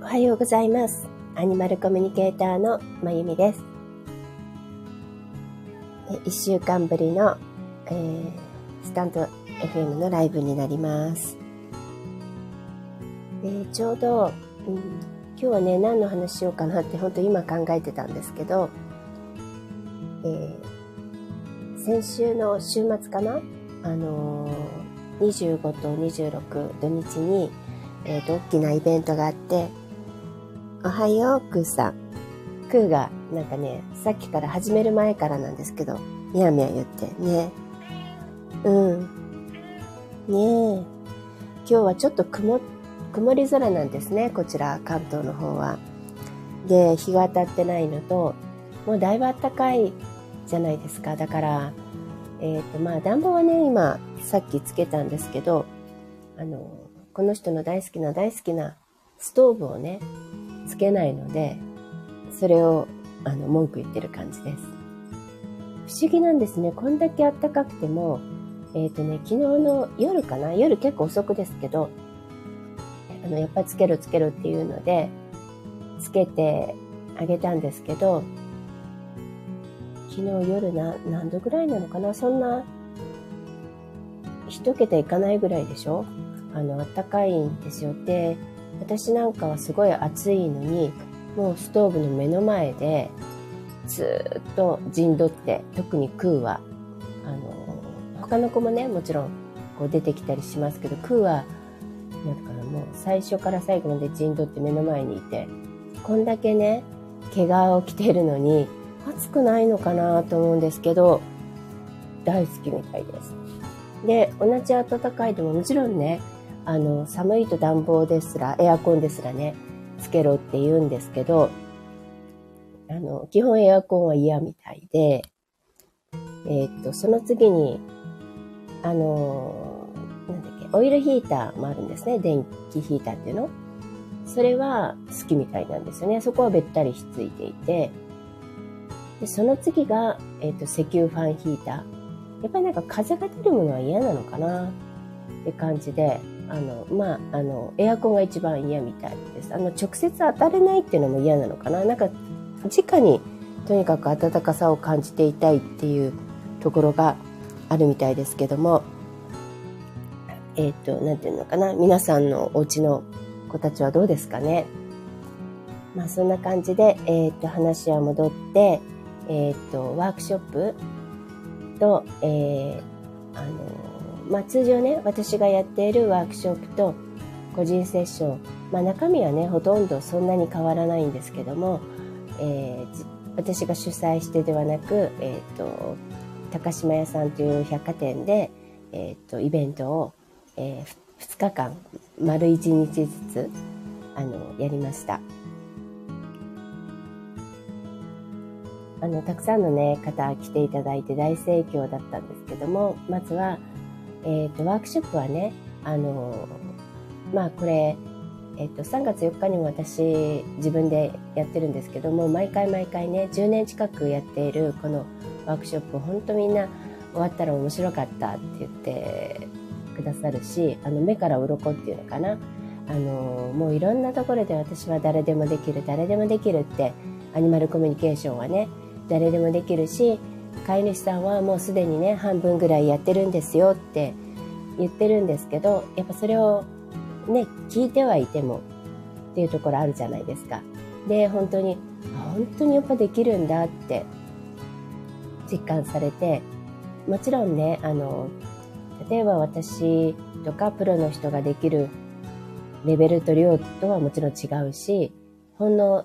はようございます。アニマルコミュニケーターのまゆみです。1週間ぶりの、スタンド FM のライブになります。ちょうど、今日はね、何の話しようかなって本当今考えてたんですけど、先週の週末かな、25と26土日に、大きなイベントがあって、おはよう、クーさん。クーがなんかね、さっきから始める前からなんですけど、みやみや言ってね。ねえ。今日はちょっと曇り空なんですね、こちら、関東の方は。で、日が当たってないのと、もうだいぶ暖かいじゃないですか。だから、暖房はね、今、さっきつけたんですけど、この人の大好きなストーブをね、つけないので、それを文句言ってる感じです。不思議なんですね。こんだけ暖かくても、昨日の夜かな、夜結構遅くですけど、やっぱりつけろっていうので、つけてあげたんですけど、昨日夜何度ぐらいなのかな、そんな、一桁いかないぐらいでしょ。暖かいんですよ。で、私なんかはすごい暑いのに、もうストーブの目の前でずっと陣取って、特にクーは他の子もね、もちろんこう出てきたりしますけど、クーはなんかもう最初から最後まで陣取って目の前にいて、こんだけね毛がを着ているのに暑くないのかなと思うんですけど、大好きみたいです。で、同じ暖かいでももちろんね、寒いと暖房ですら、エアコンですらね、つけろって言うんですけど、基本エアコンは嫌みたいで、その次に、オイルヒーターもあるんですね。電気ヒーターっていうの。それは好きみたいなんですよね。そこはべったりひっついていて、でその次が、石油ファンヒーター。やっぱりなんか風が出るものは嫌なのかなって感じで、エアコンが一番嫌みたいです。直接当たれないっていうのも嫌なのかな。なんか、直にとにかく暖かさを感じていたいっていうところがあるみたいですけども、なんていうのかな。皆さんのお家の子たちはどうですかね。まあ、そんな感じで、話は戻って、ワークショップと、通常ね、私がやっているワークショップと個人セッション、中身はね、ほとんどそんなに変わらないんですけども、私が主催してではなく、高島屋さんという百貨店で、イベントを、2日間、丸1日ずつ、やりました。たくさんのね、方来ていただいて大盛況だったんですけども、まずは、ワークショップはね、これ、3月4日にも私自分でやってるんですけども、毎回ね、10年近くやっているこのワークショップ、本当みんな終わったら面白かったって言ってくださるし、目から鱗っていうのかな。もういろんなところで私は誰でもできるって、アニマルコミュニケーションはね、誰でもできるし、飼い主さんはもうすでにね、半分ぐらいやってるんですよって言ってるんですけど、やっぱそれをね、聞いてはいてもっていうところあるじゃないですか。で、本当にやっぱできるんだって実感されて、もちろんね、例えば私とかプロの人ができるレベルと量とはもちろん違うし、ほんの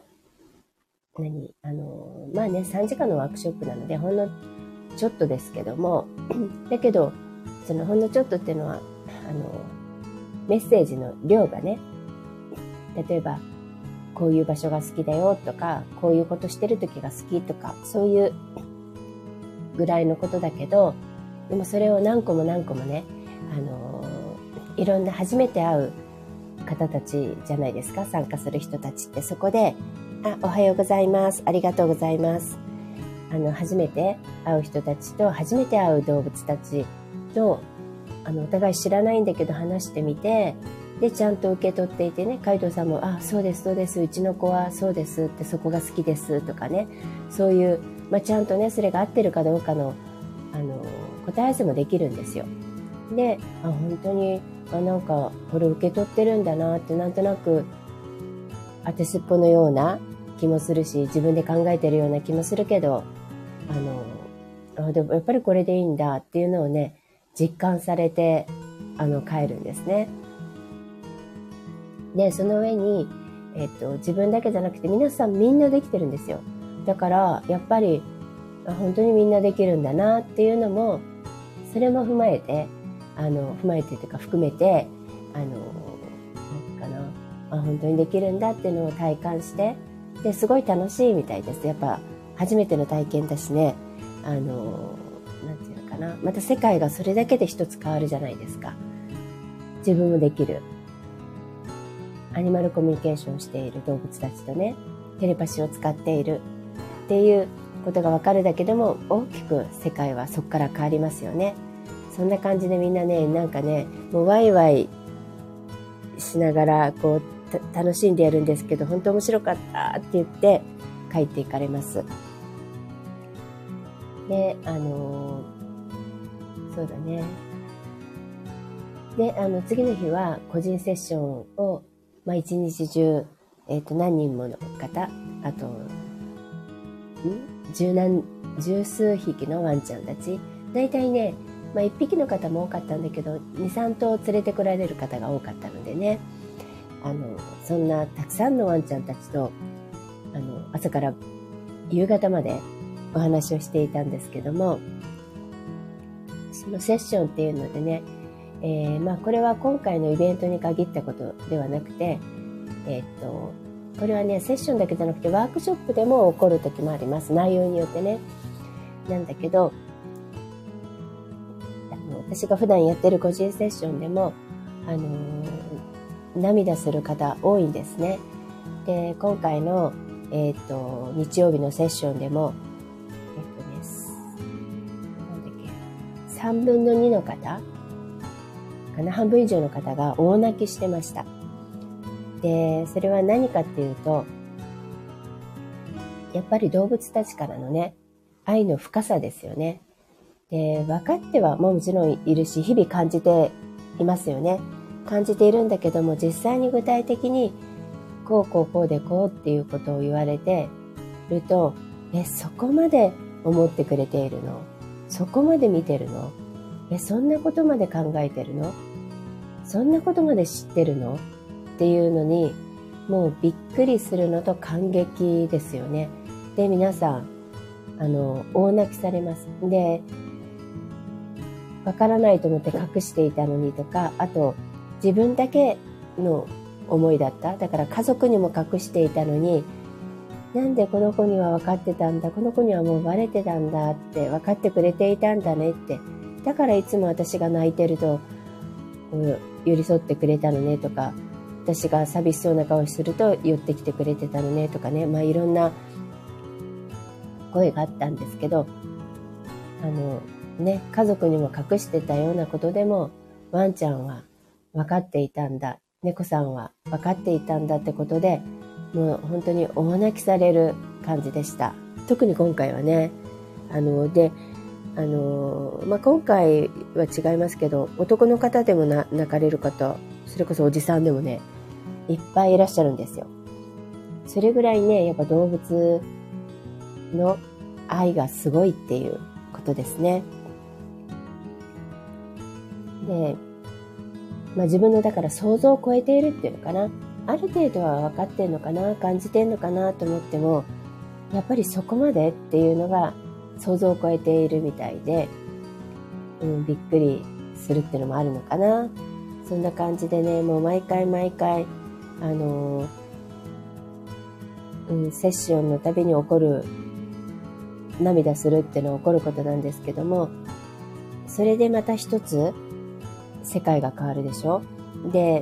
3時間のワークショップなので、ほんのちょっとですけども、だけど、そのほんのちょっとっていうのは、メッセージの量がね、例えば、こういう場所が好きだよとか、こういうことしてる時が好きとか、そういうぐらいのことだけど、でもそれを何個もね、いろんな初めて会う方たちじゃないですか、参加する人たちって。そこで、おはようございます。ありがとうございます。初めて会う人たちと、初めて会う動物たちと、お互い知らないんだけど話してみて、 で、ちゃんと受け取っていてね、海藤さんも、あ、そうです、そうです、うちの子はそうですって、そこが好きですとかね、そういう、ちゃんとね、それが合ってるかどうかの、答え合わせもできるんですよ。で、本当に、なんか、これ受け取ってるんだなって、なんとなく、当てすっぽのような気もするし、自分で考えてるような気もするけど、でもやっぱりこれでいいんだっていうのをね、実感されて、帰るんですね。で、その上に、自分だけじゃなくて皆さんみんなできてるんですよ。だから、やっぱり、本当にみんなできるんだなっていうのも、それも踏まえて、というか含めて、なんかな、本当にできるんだっていうのを体感して、で、すごい楽しいみたいです。やっぱ、初めての体験だしね、なんていうのかな、また世界がそれだけで一つ変わるじゃないですか。自分もできる。アニマルコミュニケーションしている動物たちとね、テレパシーを使っているっていうことがわかるだけでも大きく世界はそこから変わりますよね。そんな感じでみんなね、なんかね、もうワイワイしながらこう楽しんでやるんですけど、本当面白かったって言って帰っていかれます。で、そうだね。で、次の日は個人セッションを、一日中、何人もの方、あと、十数匹のワンちゃんたち。だいたいね、1匹の方も多かったんだけど、2、3頭連れてこられる方が多かったのでね、そんなたくさんのワンちゃんたちと、朝から夕方までお話をしていたんですけども、そのセッションっていうのでね、これは今回のイベントに限ったことではなくて、これはね、セッションだけじゃなくてワークショップでも起こる時もあります。内容によってね。なんだけど、私が普段やってる個人セッションでも、涙する方多いんですね。で、今回の、日曜日のセッションでも、3分の2の方かな、半分以上の方が大泣きしてました。で、それは何かっていうと、やっぱり動物たちからのね、愛の深さですよね。で、分かってはもちろんいるし、日々感じていますよね。感じているんだけども、実際に具体的に、こうでこうっていうことを言われてると、そこまで思ってくれているの？そこまで見てるの？そんなことまで考えてるの？そんなことまで知ってるの？っていうのに、もうびっくりするのと感激ですよね。で、皆さん、大泣きされます。で、わからないと思って隠していたのにとか、あと、自分だけの思いだった。だから家族にも隠していたのに、なんでこの子には分かってたんだ、この子にはもうバレてたんだって、分かってくれていたんだねって。だからいつも私が泣いてると、寄り添ってくれたのねとか、私が寂しそうな顔すると寄ってきてくれてたのねとかね、いろんな声があったんですけど、家族にも隠してたようなことでも、ワンちゃんは分かっていたんだ、猫さんは分かっていたんだってことで、もう本当に大泣きされる感じでした。特に今回はね、今回は違いますけど、男の方でも泣かれる方、それこそおじさんでもね、いっぱいいらっしゃるんですよ。それぐらいね、やっぱ動物の愛がすごいっていうことですね。で、自分のだから想像を超えているっていうのかな。ある程度は分かってんのかな、感じてんのかなと思っても、やっぱりそこまでっていうのが想像を超えているみたいで、びっくりするっていうのもあるのかな。そんな感じでね、もう毎回、セッションのたびに起こる、涙するっていうのは起こることなんですけども、それでまた一つ世界が変わるでしょ。で、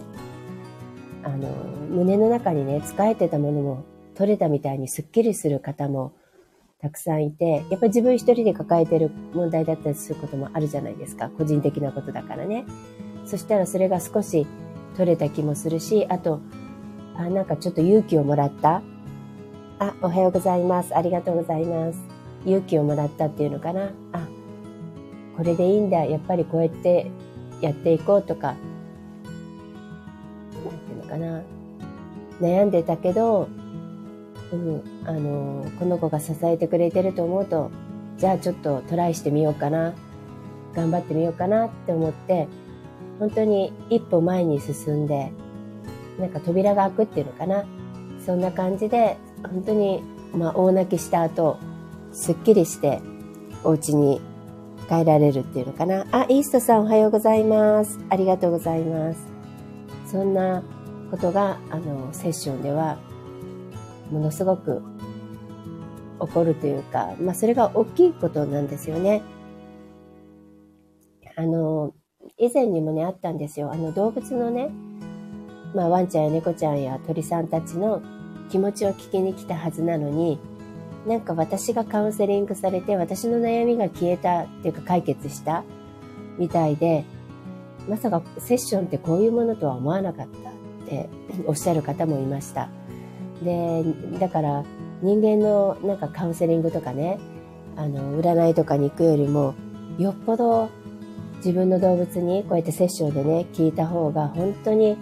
胸の中にね、疲れてたものも取れたみたいにスッキリする方もたくさんいて、やっぱり自分一人で抱えてる問題だったりすることもあるじゃないですか。個人的なことだからね。そしたらそれが少し取れた気もするし、あと、なんかちょっと勇気をもらった。おはようございます。ありがとうございます。勇気をもらったっていうのかな。これでいいんだ。やっぱりこうやってやっていこうとか、なんていうのかな。悩んでたけど、この子が支えてくれてると思うと、じゃあちょっとトライしてみようかな。頑張ってみようかなって思って、本当に一歩前に進んで、なんか扉が開くっていうのかな。そんな感じで、本当に、大泣きした後、すっきりして、お家に帰られるっていうのかな。イーストさんおはようございます。ありがとうございます。そんなことが、セッションでは、ものすごく起こるというか、それが大きいことなんですよね。以前にもね、あったんですよ。動物のね、ワンちゃんや猫ちゃんや鳥さんたちの気持ちを聞きに来たはずなのに、なんか私がカウンセリングされて、私の悩みが消えたっていうか解決したみたいで、まさかセッションってこういうものとは思わなかったっておっしゃる方もいました。で、だから人間のなんかカウンセリングとかね、占いとかに行くよりも、よっぽど自分の動物にこうやってセッションでね、聞いた方が本当に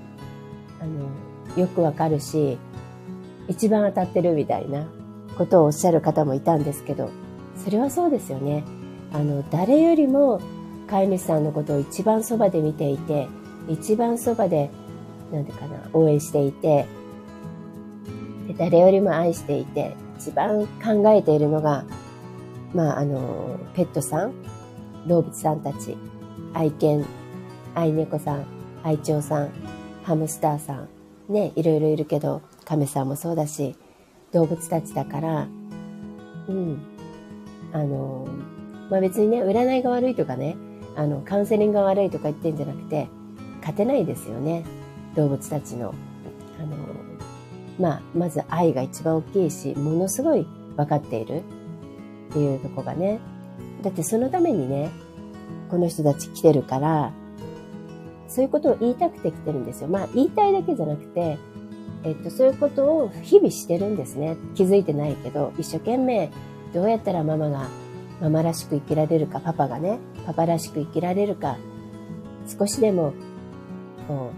よくわかるし、一番当たってるみたいなことをおっしゃる方もいたんですけど、それはそうですよね。誰よりも飼い主さんのことを一番そばで見ていて、一番そばで、なんていうかな、応援していて、で誰よりも愛していて、一番考えているのが、ペットさん、動物さんたち、愛犬、愛猫さん、愛鳥さん、ハムスターさん、ね、いろいろいるけど、亀さんもそうだし、動物たちだから、別にね、占いが悪いとかね、カウンセリングが悪いとか言ってんじゃなくて、勝てないですよね、動物たちの。まず愛が一番大きいし、ものすごい分かっているっていうとこがね。だってそのためにね、この人たち来てるから、そういうことを言いたくて来てるんですよ。言いたいだけじゃなくて、そういうことを日々してるんですね。気づいてないけど、一生懸命どうやったらママがママらしく生きられるか、パパがね、パパらしく生きられるか、少しでもこ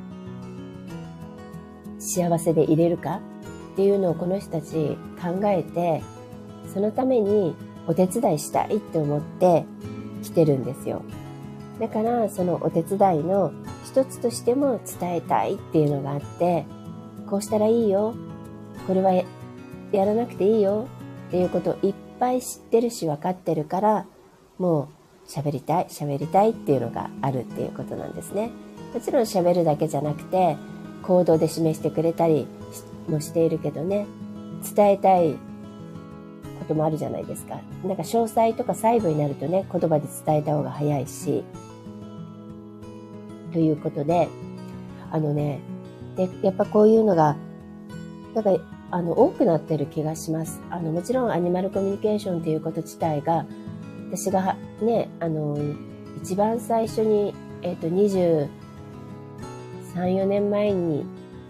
う幸せでいれるかっていうのをこの人たち考えて、そのためにお手伝いしたいって思って来てるんですよ。だからそのお手伝いの一つとしても伝えたいっていうのがあって、こうしたらいいよ、これは やらなくていいよっていうことをいっぱい知ってるし分かってるから、もう喋りたいっていうのがあるっていうことなんですね。もちろん喋るだけじゃなくて行動で示してくれたりもしているけどね、伝えたいこともあるじゃないですか。なんか詳細とか細部になるとね、言葉で伝えた方が早いし、ということで、でやっぱこういうのがなんか多くなってる気がします。もちろんアニマルコミュニケーションということ自体が、私がね、一番最初に23、4年前に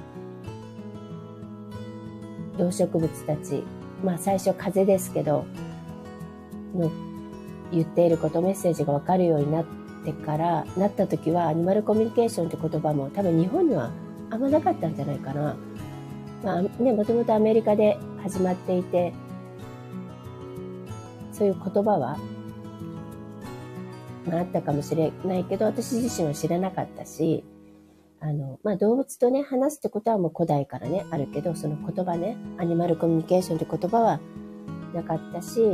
動植物たち、最初風ですけどの言っていること、メッセージが分かるようになった時は、アニマルコミュニケーションって言葉も多分日本にはあんまなかったんじゃないかな。もともとアメリカで始まっていて、そういう言葉は、あったかもしれないけど、私自身は知らなかったし、動物とね、話すってことはもう古代からね、あるけど、その言葉ね、アニマルコミュニケーションって言葉はなかったし、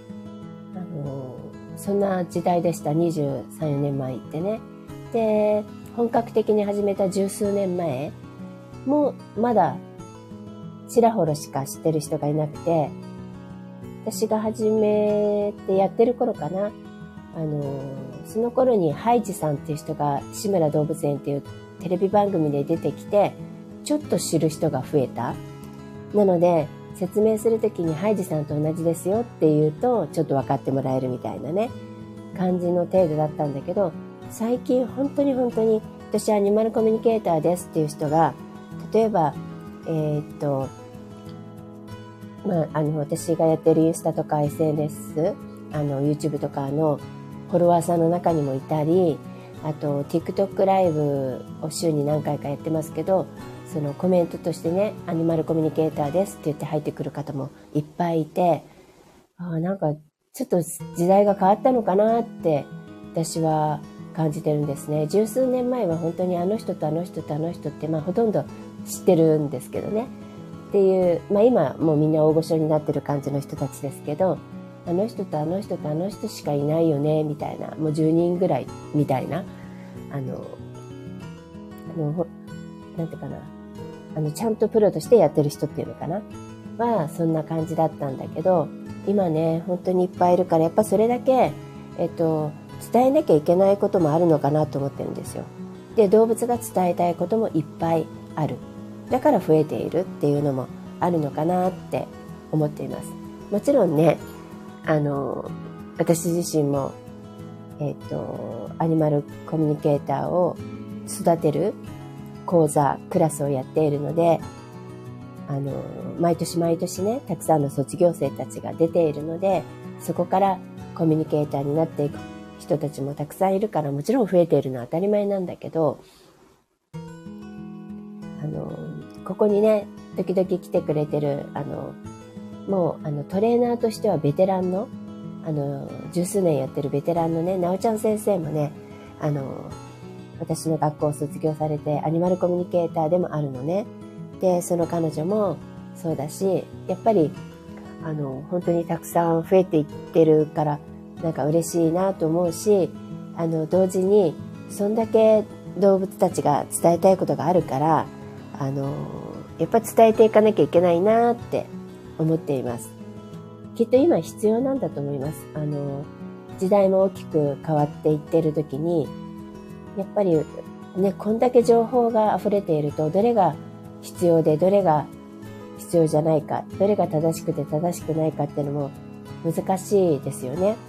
そんな時代でした。23、4年前ってね。で、本格的に始めた十数年前もまだちらほらしか知ってる人がいなくて、私が始めてやってる頃かな、その頃にハイジさんっていう人が志村動物園っていうテレビ番組で出てきて、ちょっと知る人が増えた。なので説明するときにハイジさんと同じですよって言うとちょっと分かってもらえるみたいなね感じの程度だったんだけど、最近本当に私アニマルコミュニケーターですっていう人が、例えば、私がやってるインスタとか SNS、YouTube とかのフォロワーさんの中にもいたり、あと TikTok ライブを週に何回かやってますけど、そのコメントとしてね、アニマルコミュニケーターですって言って入ってくる方もいっぱいいて、なんかちょっと時代が変わったのかなって私は感じてるんですね。十数年前は本当にあの人とあの人とあの人って、ほとんど知ってるんですけどね。っていう、今もうみんな大御所になってる感じの人たちですけど、あの人とあの人とあの人しかいないよね、みたいな、もう10人ぐらいみたいな、なんていうかな、ちゃんとプロとしてやってる人っていうのかなは、そんな感じだったんだけど、今ね、本当にいっぱいいるから、やっぱそれだけ、伝えなきゃいけないこともあるのかなと思ってるんですよ。で、動物が伝えたいこともいっぱいある。だから増えているっていうのもあるのかなって思っています。もちろんね、私自身も、アニマルコミュニケーターを育てる講座、クラスをやっているので、毎年毎年ね、たくさんの卒業生たちが出ているので、そこからコミュニケーターになっていく人たちもたくさんいるから、もちろん増えているのは当たり前なんだけど、ここにね、時々来てくれてる、もう、トレーナーとしてはベテランの、十数年やってるベテランのね、なおちゃん先生もね、私の学校を卒業されて、アニマルコミュニケーターでもあるのね。で、その彼女もそうだし、やっぱり、本当にたくさん増えていってるから、なんか嬉しいなと思うし、同時に、そんだけ動物たちが伝えたいことがあるから、やっぱ伝えていかなきゃいけないなって思っています。きっと今必要なんだと思います。時代も大きく変わっていってる時に、やっぱりね、こんだけ情報が溢れていると、どれが必要でどれが必要じゃないか、どれが正しくて正しくないかっていうのも難しいですよね。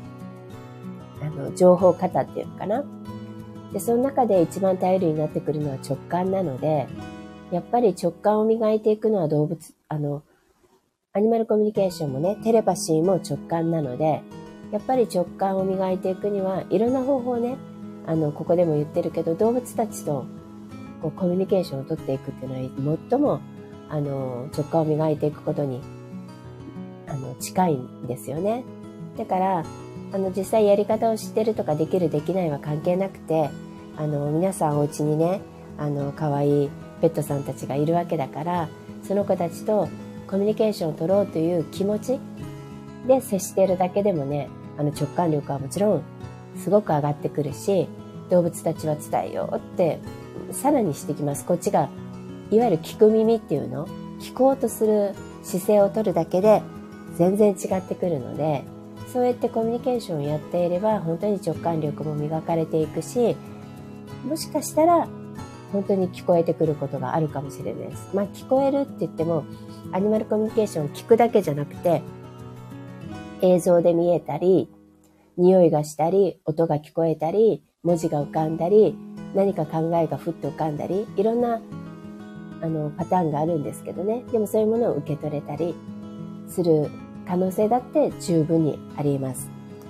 情報型っていうのかな。で、その中で一番頼りになってくるのは直感なので、やっぱり直感を磨いていくのは動物、アニマルコミュニケーションもね、テレパシーも直感なので、やっぱり直感を磨いていくには、いろんな方法ね、ここでも言ってるけど、動物たちとこうコミュニケーションを取っていくっていうのは、最も、直感を磨いていくことに、近いんですよね。だから、実際やり方を知ってるとかできるできないは関係なくて、皆さんお家にね、可愛いペットさんたちがいるわけだから、その子たちとコミュニケーションを取ろうという気持ちで接しているだけでもね、直感力はもちろんすごく上がってくるし、動物たちは伝えようってさらにしてきます。こっちがいわゆる聞く耳っていうの、聞こうとする姿勢を取るだけで全然違ってくるので、そうやってコミュニケーションをやっていれば本当に直感力も磨かれていくし、もしかしたら本当に聞こえてくることがあるかもしれないです。聞こえるって言っても、アニマルコミュニケーション聞くだけじゃなくて、映像で見えたり、匂いがしたり、音が聞こえたり、文字が浮かんだり、何か考えがふっと浮かんだり、いろんなパターンがあるんですけどね。でもそういうものを受け取れたりする可能性だって十分にあります。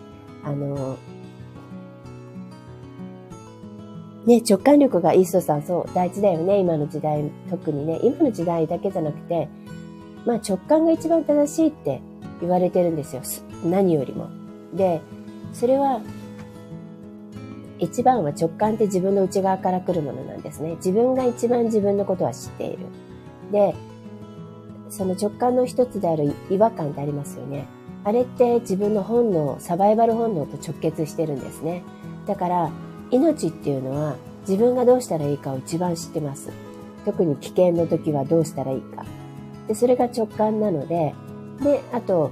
直感力がいい人さん、そう、大事だよね。今の時代、特にね、今の時代だけじゃなくて、直感が一番正しいって言われてるんですよ。何よりも。で、それは、一番は直感って自分の内側から来るものなんですね。自分が一番自分のことは知っている。で、その直感の一つである違和感ってありますよね。あれって自分の本能、サバイバル本能と直結してるんですね。だから、命っていうのは自分がどうしたらいいかを一番知ってます。特に危険の時はどうしたらいいか。で、それが直感なので、で、あと、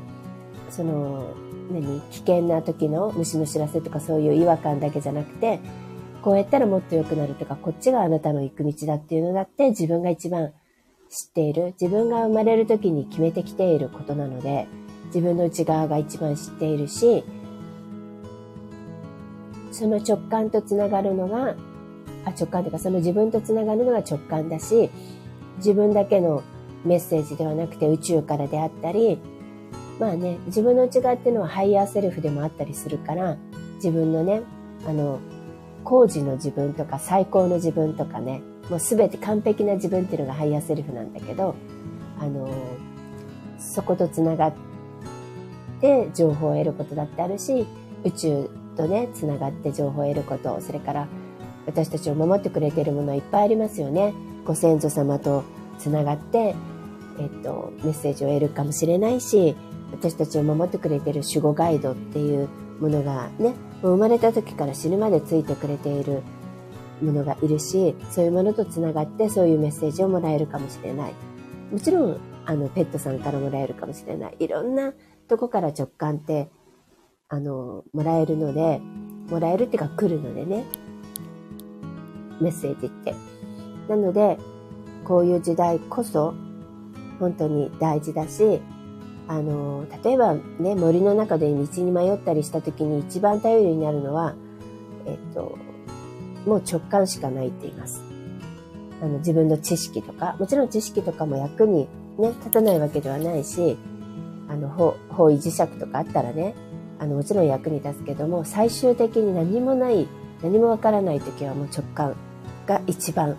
危険な時の虫の知らせとかそういう違和感だけじゃなくて、こうやったらもっと良くなるとか、こっちがあなたの行く道だっていうのだって自分が一番知っている。自分が生まれる時に決めてきていることなので、自分の内側が一番知っているし、その直感とつながるのが直感というか、その自分とつながるのが直感だし、自分だけのメッセージではなくて宇宙からであったり、まあね、自分の内側っていうのはハイヤーセルフでもあったりするから、自分のね、高次の自分とか最高の自分とかね、もうすべて完璧な自分っていうのがハイヤーセルフなんだけど、そことつながって情報を得ることだってあるし、宇宙とね、つながって情報を得ること、それから私たちを守ってくれているものはいっぱいありますよね。ご先祖様とつながって、メッセージを得るかもしれないし、私たちを守ってくれている守護ガイドっていうものがね、もう生まれた時から死ぬまでついてくれているものがいるし、そういうものとつながってそういうメッセージをもらえるかもしれない。もちろん、ペットさんからもらえるかもしれない。いろんなとこから直感って、もらえるので、もらえるっていうか来るのでね、メッセージって。なので、こういう時代こそ、本当に大事だし、例えばね、森の中で道に迷ったりした時に一番頼りになるのは、もう直感しかないって言います。自分の知識とか、もちろん知識とかも役にね、立たないわけではないし、方位磁石とかあったらね、もちろん役に立つけども、最終的に何もない、何もわからない時はもう直感が一番、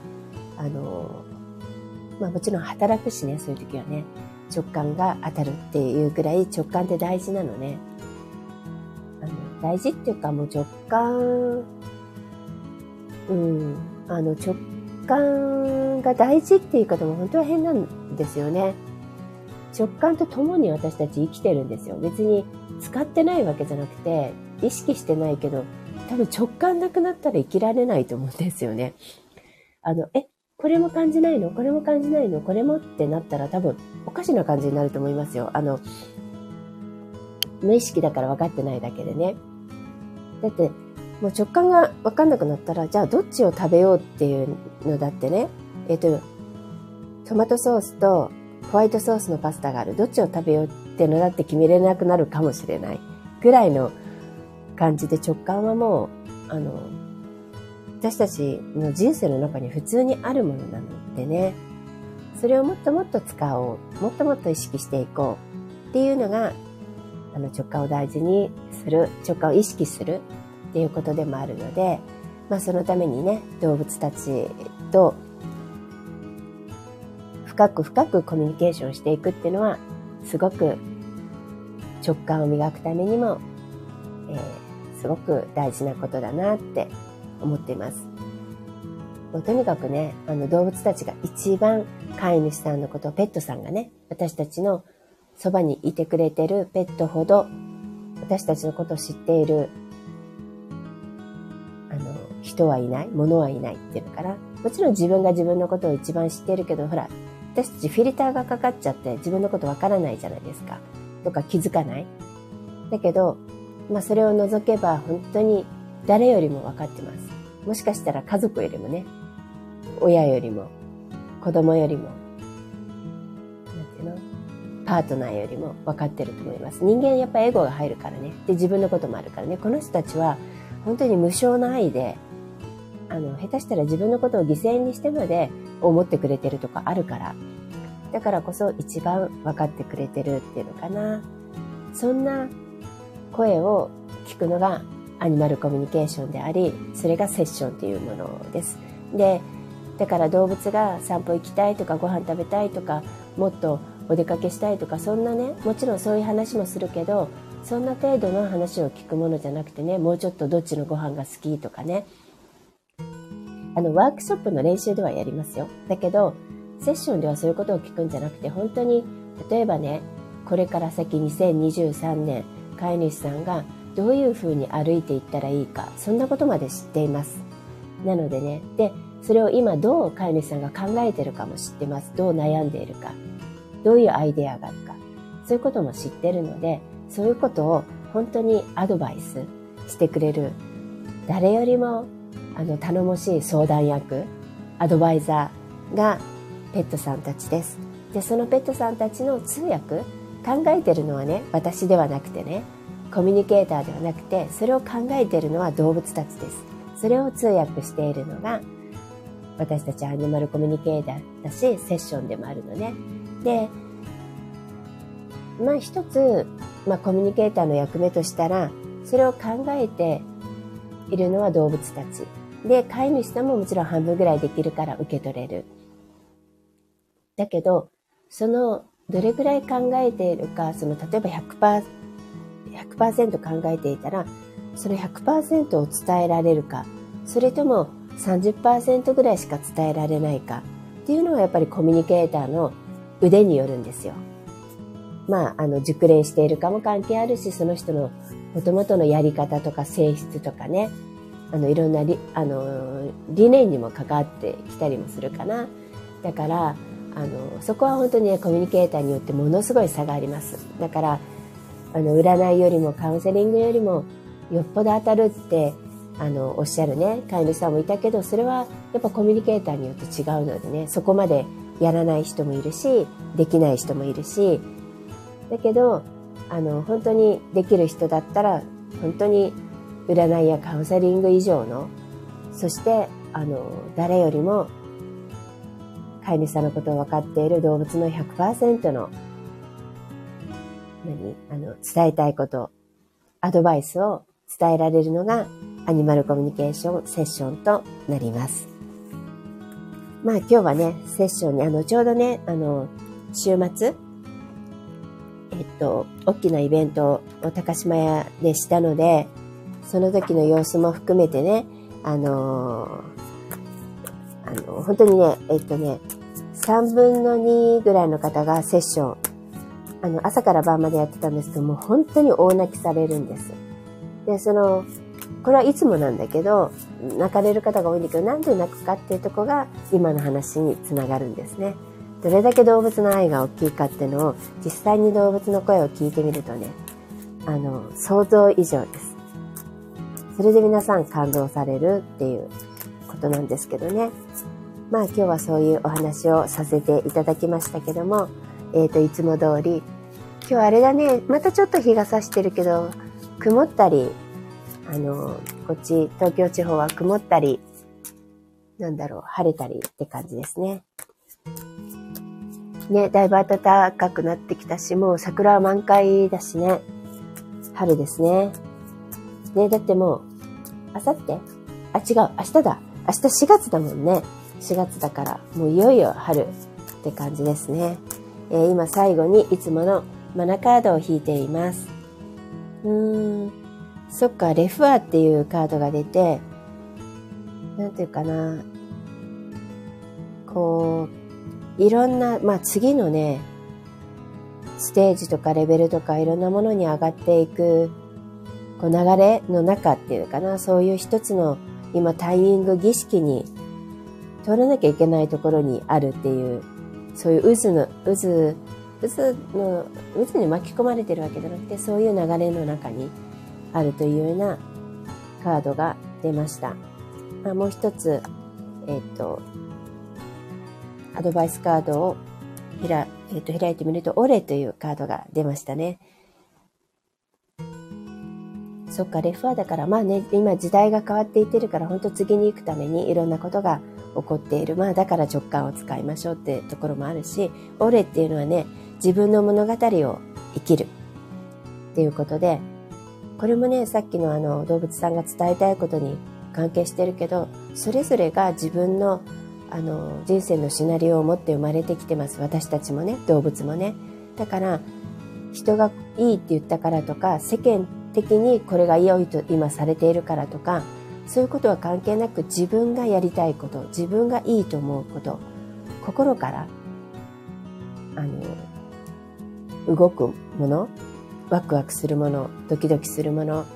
まあもちろん働くしね、そういう時はね、直感が当たるっていうぐらい直感って大事なのね。大事っていうかもう直感、直感が大事っていう言い方も本当は変なんですよね。直感と共に私たち生きてるんですよ。別に使ってないわけじゃなくて、意識してないけど、多分直感なくなったら生きられないと思うんですよね。これも感じないの？これも感じないの？これもってなったら多分おかしな感じになると思いますよ。無意識だから分かってないだけでね。だって、もう直感が分かんなくなったら、じゃあどっちを食べようっていうのだってね、トマトソースとホワイトソースのパスタがある。どっちを食べようっていうのだって決めれなくなるかもしれない。ぐらいの感じで直感はもう、私たちの人生の中に普通にあるものなのでね、それをもっともっと使おう、もっともっと意識していこうっていうのが、直感を大事にする、直感を意識するっていうことでもあるので、まあそのためにね、動物たちと深く深くコミュニケーションしていくっていうのは、すごく直感を磨くためにも、すごく大事なことだなって思っています。もうとにかくね、動物たちが一番飼い主さんのことを、ペットさんがね、私たちのそばにいてくれてるペットほど、私たちのことを知っている、人はいない、物はいないっていうのかな。もちろん自分が自分のことを一番知ってるけど、ほら、私たちフィルターがかかっちゃって自分のことわからないじゃないですか。とか気づかない。だけど、まあそれを除けば本当に誰よりも分かってます。もしかしたら家族よりもね、親よりも、子供よりも、なんていうの、パートナーよりも分かってると思います。人間やっぱエゴが入るからね。で、自分のこともあるからね。この人たちは本当に無償の愛で、下手したら自分のことを犠牲にしてまで思ってくれてるとかあるから。だからこそ一番分かってくれてるっていうのかな。そんな声を聞くのがアニマルコミュニケーションであり、それがセッションというものです。で、だから動物が散歩行きたいとかご飯食べたいとか、もっとお出かけしたいとか、そんなね、もちろんそういう話もするけど、そんな程度の話を聞くものじゃなくてね、もうちょっとどっちのご飯が好きとかね、ワークショップの練習ではやりますよ。だけど、セッションではそういうことを聞くんじゃなくて、本当に、例えばね、これから先2023年、飼い主さんがどういうふうに歩いていったらいいか、そんなことまで知っています。なのでね、で、それを今どう飼い主さんが考えてるかも知ってます。どう悩んでいるか、どういうアイデアがあるか、そういうことも知ってるので、そういうことを本当にアドバイスしてくれる、誰よりも頼もしい相談役、アドバイザーがペットさんたちです。で、そのペットさんたちの通訳、考えてるのはね、私ではなくてね、コミュニケーターではなくて、それを考えてるのは動物たちです。 それを通訳しているのが、私たちアニマルコミュニケーターだし、セッションでもあるのね。で、まあ一つ、コミュニケーターの役目としたら、それを考えているのは動物たち。で、飼い主さんももちろん半分ぐらいできるから受け取れる。だけど、どれぐらい考えているか、例えば100% 考えていたら、その 100% を伝えられるか、それとも30% ぐらいしか伝えられないかっていうのはやっぱりコミュニケーターの腕によるんですよ。熟練しているかも関係あるし、その人の元々のやり方とか性質とかね、いろんな理念にも関わってきたりもするかな。だから、そこは本当にね、コミュニケーターによってものすごい差があります。だから、占いよりもカウンセリングよりもよっぽど当たるって、おっしゃるね、飼い主さんもいたけど、それはやっぱコミュニケーターによって違うのでね、そこまでやらない人もいるし、できない人もいるし、だけど、本当にできる人だったら、本当に占いやカウンセリング以上の、そして、誰よりも、飼い主さんのことを分かっている動物の 100% の、伝えたいこと、アドバイスを伝えられるのが、アニマルコミュニケーションセッションとなります。今日はね、セッションに、ちょうどね、週末、大きなイベントを高島屋でしたので、その時の様子も含めてね、本当にね、3分の2ぐらいの方がセッション、朝から晩までやってたんですけども、本当に大泣きされるんです。で、これはいつもなんだけど、泣かれる方が多いんだけど、なんで泣くかっていうとこが今の話につながるんですね。どれだけ動物の愛が大きいかっていうのを、実際に動物の声を聞いてみるとね、想像以上です。それで皆さん感動されるっていうことなんですけどね。今日はそういうお話をさせていただきましたけども、いつも通り、今日はあれだね、またちょっと日が差してるけど、曇ったり、こっち、東京地方は曇ったり、晴れたりって感じですね。ね、だいぶ暖かくなってきたし、もう桜は満開だしね、春ですね。ね、だってもう、明日だ。明日4月だもんね。4月だから、もういよいよ春って感じですね。今最後にいつものマナカードを引いています。そっか、レフアっていうカードが出て、なんていうかな、いろんな、次のね、ステージとかレベルとかいろんなものに上がっていく、流れの中っていうかな、そういう一つの今タイミング儀式に通らなきゃいけないところにあるっていう、そういう渦に巻き込まれてるわけじゃなくて、そういう流れの中にあるというようなカードが出ました。もう一つ、アドバイスカードを開いてみると、オレというカードが出ましたね。そっか、レフアだから、今時代が変わっていってるから、本当次に行くためにいろんなことが起こっている。だから直感を使いましょうってところもあるし、オレっていうのはね、自分の物語を生きるっていうことで、これもね、さっきの動物さんが伝えたいことに関係してるけど、それぞれが自分の人生のシナリオを持って生まれてきてます。私たちもね、動物もね。だから、人がいいって言ったからとか、世間的にこれが良いと今されているからとか、そういうことは関係なく自分がやりたいこと、自分がいいと思うこと、心から動くもの、ワクワクするもの、ドキドキするもの、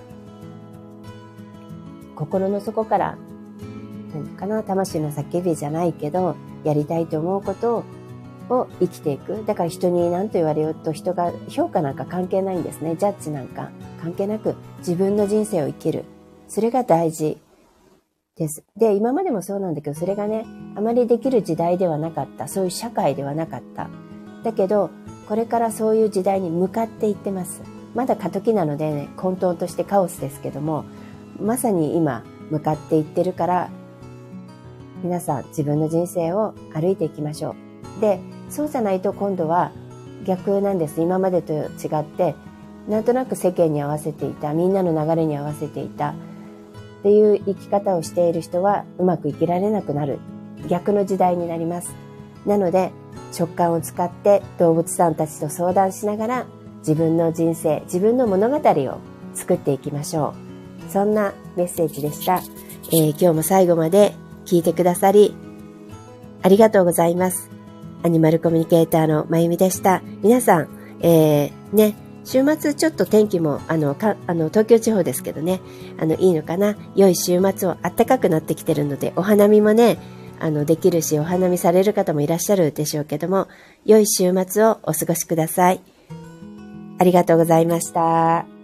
心の底から魂の叫びじゃないけど、やりたいと思うことを生きていく。だから人に何と言われようと、人が評価なんか関係ないんですね。ジャッジなんか関係なく自分の人生を生きる。それが大事です。で、今までもそうなんだけど、それがね、あまりできる時代ではなかった。そういう社会ではなかった。だけど、これからそういう時代に向かっていってます。まだ過渡期なのでね、混沌としてカオスですけども、まさに今、 向かっていってるから、皆さん自分の人生を歩いていきましょう。で、そうじゃないと今度は逆なんです。今までと違って、なんとなく世間に合わせていた、みんなの流れに合わせていたっていう生き方をしている人はうまく生きられなくなる。逆の時代になります。なので、直感を使って動物さんたちと相談しながら自分の人生、自分の物語を作っていきましょう。そんなメッセージでした。今日も最後まで聞いてくださりありがとうございます。アニマルコミュニケーターのまゆみでした。皆さん、週末ちょっと天気も東京地方ですけどね、いいのかな。良い週末を暖かくなってきてるので、お花見もね、できるし、お花見される方もいらっしゃるでしょうけども、良い週末をお過ごしください。ありがとうございました。